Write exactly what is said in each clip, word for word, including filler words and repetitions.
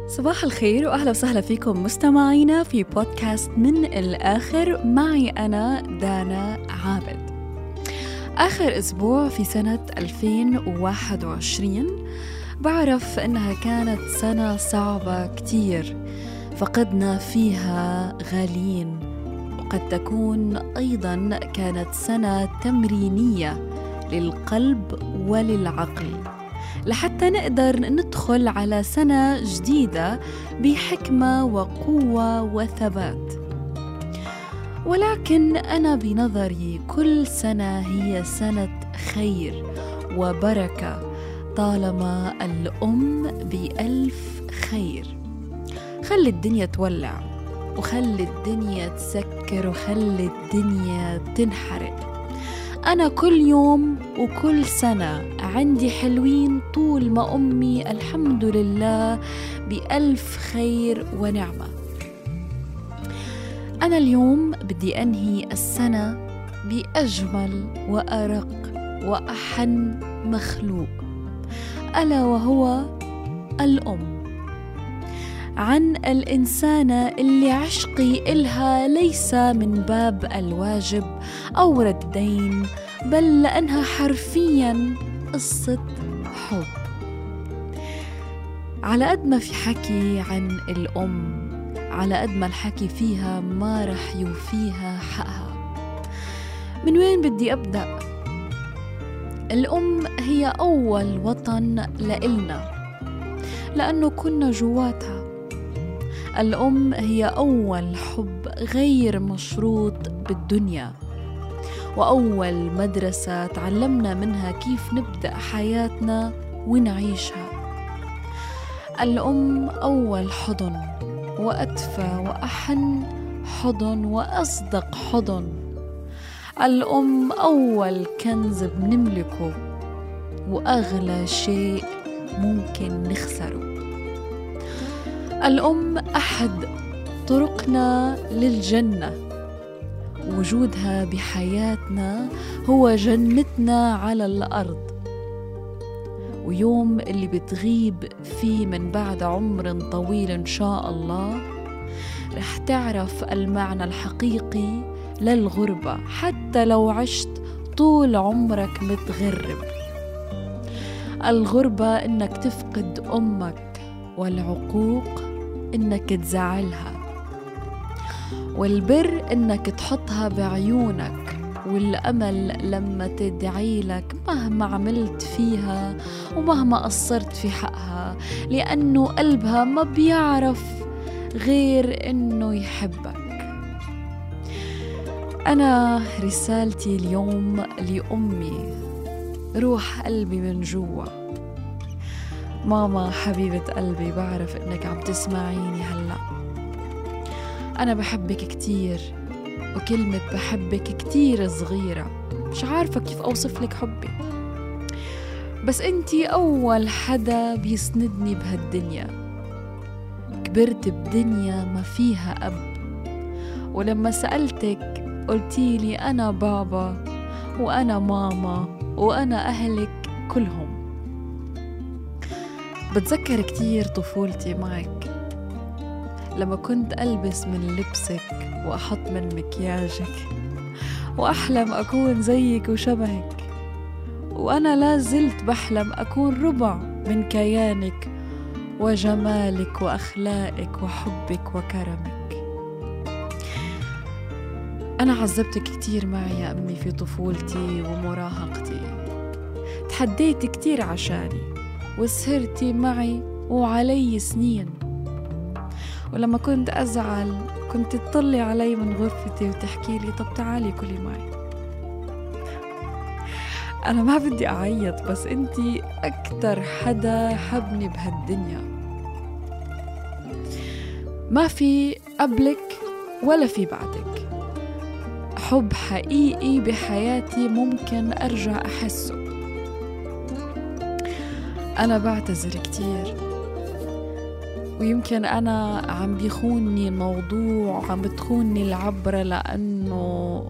صباح الخير وأهلا وسهلا فيكم مستمعينا في بودكاست من الآخر. معي أنا دانا عابد. آخر أسبوع في سنة ألفين وواحد وعشرين بعرف أنها كانت سنة صعبة كتير، فقدنا فيها غالين، وقد تكون أيضا كانت سنة تمرينية للقلب وللعقل لحتى نقدر ندخل على سنة جديدة بحكمة وقوة وثبات. ولكن أنا بنظري كل سنة هي سنة خير وبركة طالما الأم بألف خير. خلي الدنيا تولع، وخلي الدنيا تسكر، وخلي الدنيا تنحرق. أنا كل يوم وكل سنة عندي حلوين طول ما أمي الحمد لله بألف خير ونعمة. أنا اليوم بدي أنهي السنة بأجمل وأرق وأحن مخلوق، ألا وهو الأم. عن الإنسانة اللي عشقي إلها ليس من باب الواجب أو ردين، بل لأنها حرفياً قصة حب. على قد ما في حكي عن الأم، على قد ما الحكي فيها ما رح يوفيها حقها. من وين بدي أبدأ؟ الأم هي أول وطن لإلنا لأنه كنا جواتها. الأم هي أول حب غير مشروط بالدنيا، وأول مدرسة تعلمنا منها كيف نبدأ حياتنا ونعيشها. الأم أول حضن، وأدفى وأحن حضن وأصدق حضن. الأم أول كنز بنملكه، وأغلى شيء ممكن نخسره. الأم أحد طرقنا للجنة، وجودها بحياتنا هو جنتنا على الأرض. ويوم اللي بتغيب فيه من بعد عمر طويل إن شاء الله رح تعرف المعنى الحقيقي للغربة، حتى لو عشت طول عمرك متغرب. الغربة إنك تفقد أمك، والعقوق إنك تزعلها، والبر إنك تحطها بعيونك، والأمل لما تدعي لك مهما عملت فيها ومهما قصرت في حقها، لأنه قلبها ما بيعرف غير إنه يحبك. أنا رسالتي اليوم لأمي، روح قلبي من جوا. ماما حبيبة قلبي، بعرف إنك عم تسمعيني هلأ. أنا بحبك كتير، وكلمة بحبك كتير صغيرة، مش عارفة كيف أوصف لك حبي، بس أنتي أول حدا بيسندني بهالدنيا. كبرت بدنيا ما فيها أب، ولما سألتك قلتيلي أنا بابا وأنا ماما وأنا أهلك كلهم. بتذكر كتير طفولتي معك، لما كنت ألبس من لبسك وأحط من مكياجك، وأحلم أكون زيك وشبهك، وأنا لا زلت بحلم أكون ربع من كيانك وجمالك وأخلاقك وحبك وكرمك. أنا عذبتك كتير معي يا أمي في طفولتي ومراهقتي، تحديت كتير عشاني، وسهرتي معي وعلي سنين. ولما كنت أزعل كنت تطلي علي من غرفتي وتحكي لي طب تعالي كلي معي. أنا ما بدي أعيط، بس أنتي أكتر حدا حبني بهالدنيا. ما في قبلك ولا في بعدك. حب حقيقي بحياتي ممكن أرجع أحسه. أنا بعتذر كتير، ويمكن أنا عم بيخونني الموضوع، عم بتخونني العبرة، لأنه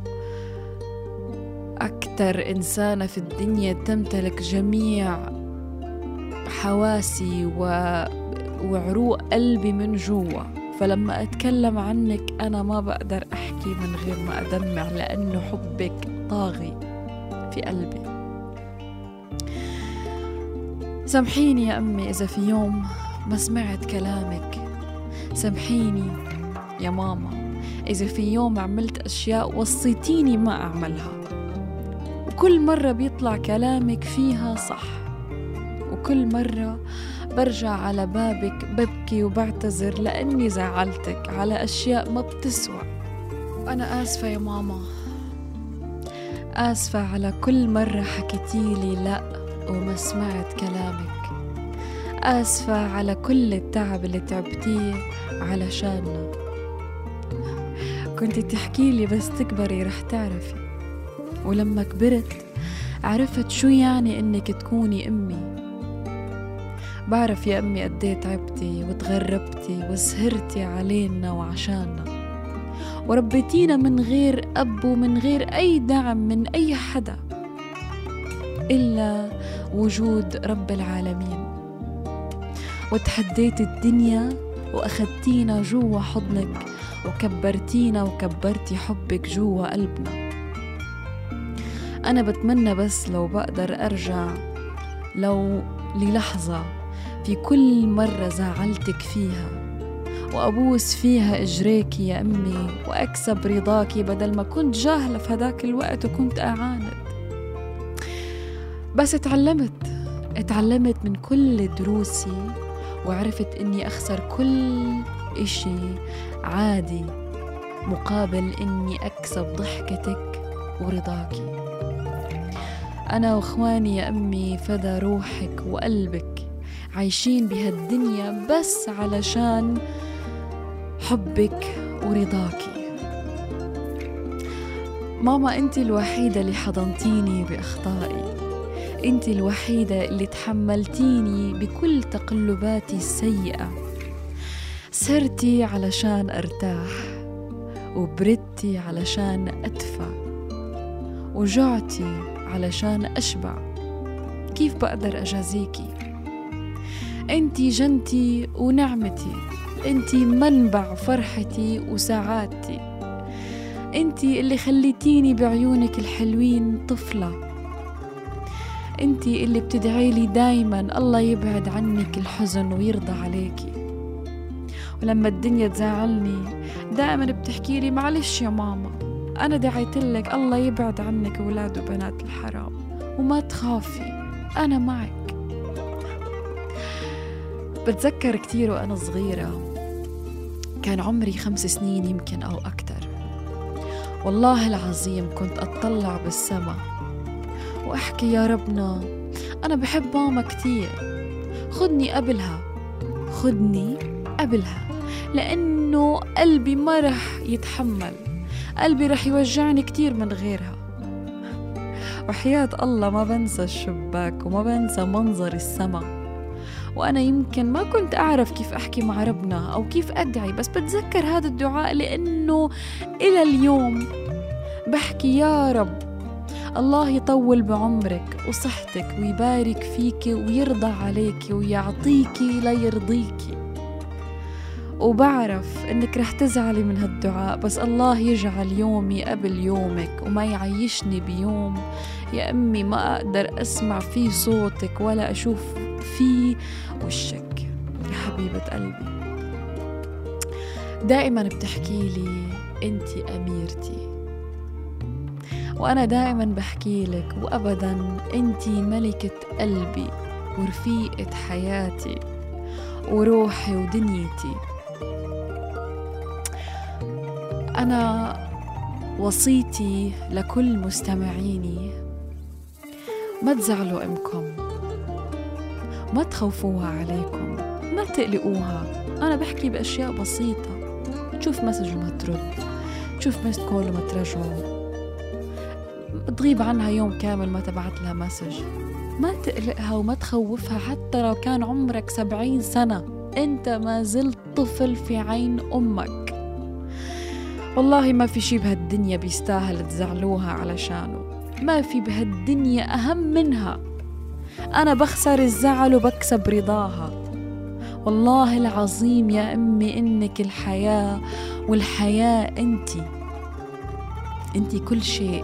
أكتر إنسانة في الدنيا تمتلك جميع حواسي وعروق قلبي من جوا، فلما أتكلم عنك أنا ما بقدر أحكي من غير ما أدمع، لأنه حبك طاغي في قلبي. سامحيني يا أمي إذا في يوم ما سمعت كلامك، سامحيني يا ماما إذا في يوم عملت أشياء وصيتيني ما أعملها، وكل مرة بيطلع كلامك فيها صح، وكل مرة برجع على بابك ببكي وبعتذر لأني زعلتك على أشياء ما بتسوى. وأنا آسفة يا ماما، آسفة على كل مرة حكيتيلي لأ وما سمعت كلامك، آسفة على كل التعب اللي تعبتيه علشاننا. كنت تحكيلي بس تكبري رح تعرفي، ولما كبرت عرفت شو يعني إنك تكوني أمي. بعرف يا أمي قديه تعبتي وتغربتي وسهرتي علينا وعشاننا، وربيتينا من غير أب ومن غير أي دعم من أي حدا إلا وجود رب العالمين، وتحديت الدنيا وأخدتينا جوا حضنك وكبرتينا وكبرتي حبك جوا قلبنا. أنا بتمنى بس لو بقدر أرجع لو للحظة في كل مرة زعلتك فيها وأبوس فيها إجريكي يا أمي وأكسب رضاكي بدل ما كنت جاهلة في هداك الوقت وكنت أعاند. بس اتعلمت اتعلمت من كل دروسي وعرفت إني أخسر كل إشي عادي مقابل إني أكسب ضحكتك ورضاكي. أنا وإخواني يا أمي فدا روحك وقلبك عايشين بهالدنيا بس علشان حبك ورضاكي. ماما أنت الوحيدة اللي حضنتيني بأخطائي، أنت الوحيدة اللي تحملتيني بكل تقلباتي السيئة، سهرتي علشان أرتاح وبردتي علشان أدفى وجعتي علشان أشبع. كيف بقدر أجازيكي؟ أنتي جنتي ونعمتي، أنتي منبع فرحتي وسعادتي، أنتي اللي خليتيني بعيونك الحلوين طفلة، أنتي اللي بتدعيلي دايما الله يبعد عنك الحزن ويرضى عليكي. ولما الدنيا تزعلني دائما بتحكيلي معلش يا ماما أنا دعيتلك الله يبعد عنك أولاد وبنات الحرام وما تخافي أنا معك. بتذكر كتير وأنا صغيرة، كان عمري خمس سنين يمكن أو أكتر، والله العظيم كنت أتطلع بالسما وأحكي يا ربنا أنا بحب ماما كتير، خدني قبلها خدني قبلها، لأنه قلبي ما رح يتحمل، قلبي رح يوجعني كتير من غيرها. وحياة الله ما بنسى الشباك وما بنسى منظر السما، وأنا يمكن ما كنت أعرف كيف أحكي مع ربنا أو كيف أدعي، بس بتذكر هذا الدعاء لأنه إلى اليوم بحكي يا رب الله يطول بعمرك وصحتك ويبارك فيك ويرضى عليك ويعطيك لا يرضيكي. وبعرف إنك رح تزعلي من هالدعاء، بس الله يجعل يومي قبل يومك وما يعيشني بيوم يا أمي ما أقدر أسمع فيه صوتك ولا أشوف فيه وشك يا حبيبة قلبي. دائما بتحكيلي أنتي أميرتي، وأنا دائما بحكيلك وأبدا أنتي ملكة قلبي ورفيقة حياتي وروحي ودنيتي. أنا وصيتي لكل مستمعيني ما تزعلوا أمكم، ما تخوفوها عليكم، ما تقلقوها. أنا بحكي بأشياء بسيطة، تشوف مسج وما ترد، تشوف مست كول وما ترجعه، تغيب عنها يوم كامل ما تبعت لها مسج. ما تقلقها وما تخوفها، حتى لو كان عمرك سبعين سنة أنت ما زلت طفل في عين أمك. والله ما في شي بهالدنيا بيستاهل تزعلوها علشانه، ما في بهالدنيا أهم منها. أنا بخسر الزعل وبكسب رضاها، والله العظيم يا أمي إنك الحياة، والحياة أنتي، أنتي كل شيء.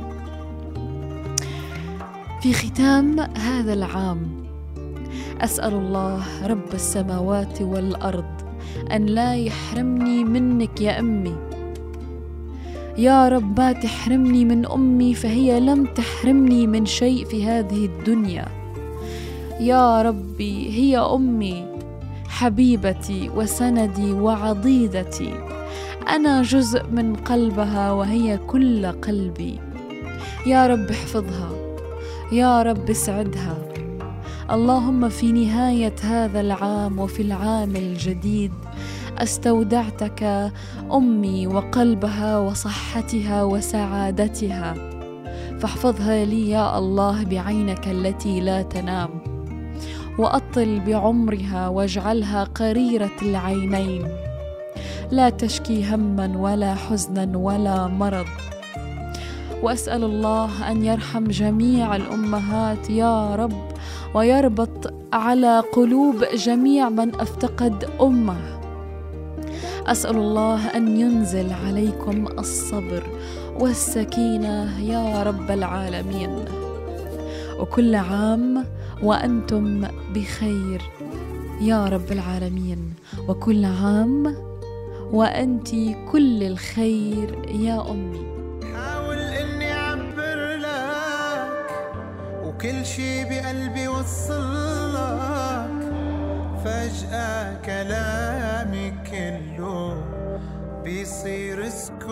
في ختام هذا العام أسأل الله رب السماوات والأرض أن لا يحرمني منك يا أمي. يا رب ما تحرمني من أمي، فهي لم تحرمني من شيء في هذه الدنيا. يا ربي هي أمي حبيبتي وسندي وعضيدتي، أنا جزء من قلبها وهي كل قلبي. يا رب احفظها، يا رب اسعدها. اللهم في نهاية هذا العام وفي العام الجديد استودعتك أمي وقلبها وصحتها وسعادتها، فاحفظها لي يا الله بعينك التي لا تنام، وأطل بعمرها واجعلها قريرة العينين، لا تشكي هما ولا حزنا ولا مرض. وأسأل الله أن يرحم جميع الأمهات يا رب، ويربط على قلوب جميع من افتقد أمه. أسأل الله أن ينزل عليكم الصبر والسكينة يا رب العالمين، وكل عام وأنتم بخير يا رب العالمين، وكل عام وأنت كل الخير يا أمي. حاول إني أعبر لك وكل شي بقلبي وصلك، فجأة كلامي كله بيصير سكوت.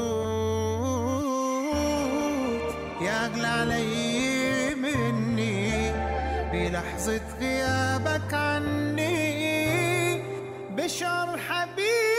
يا أغلى علي مني بلحظة غيابك عني، بشعر حبيبي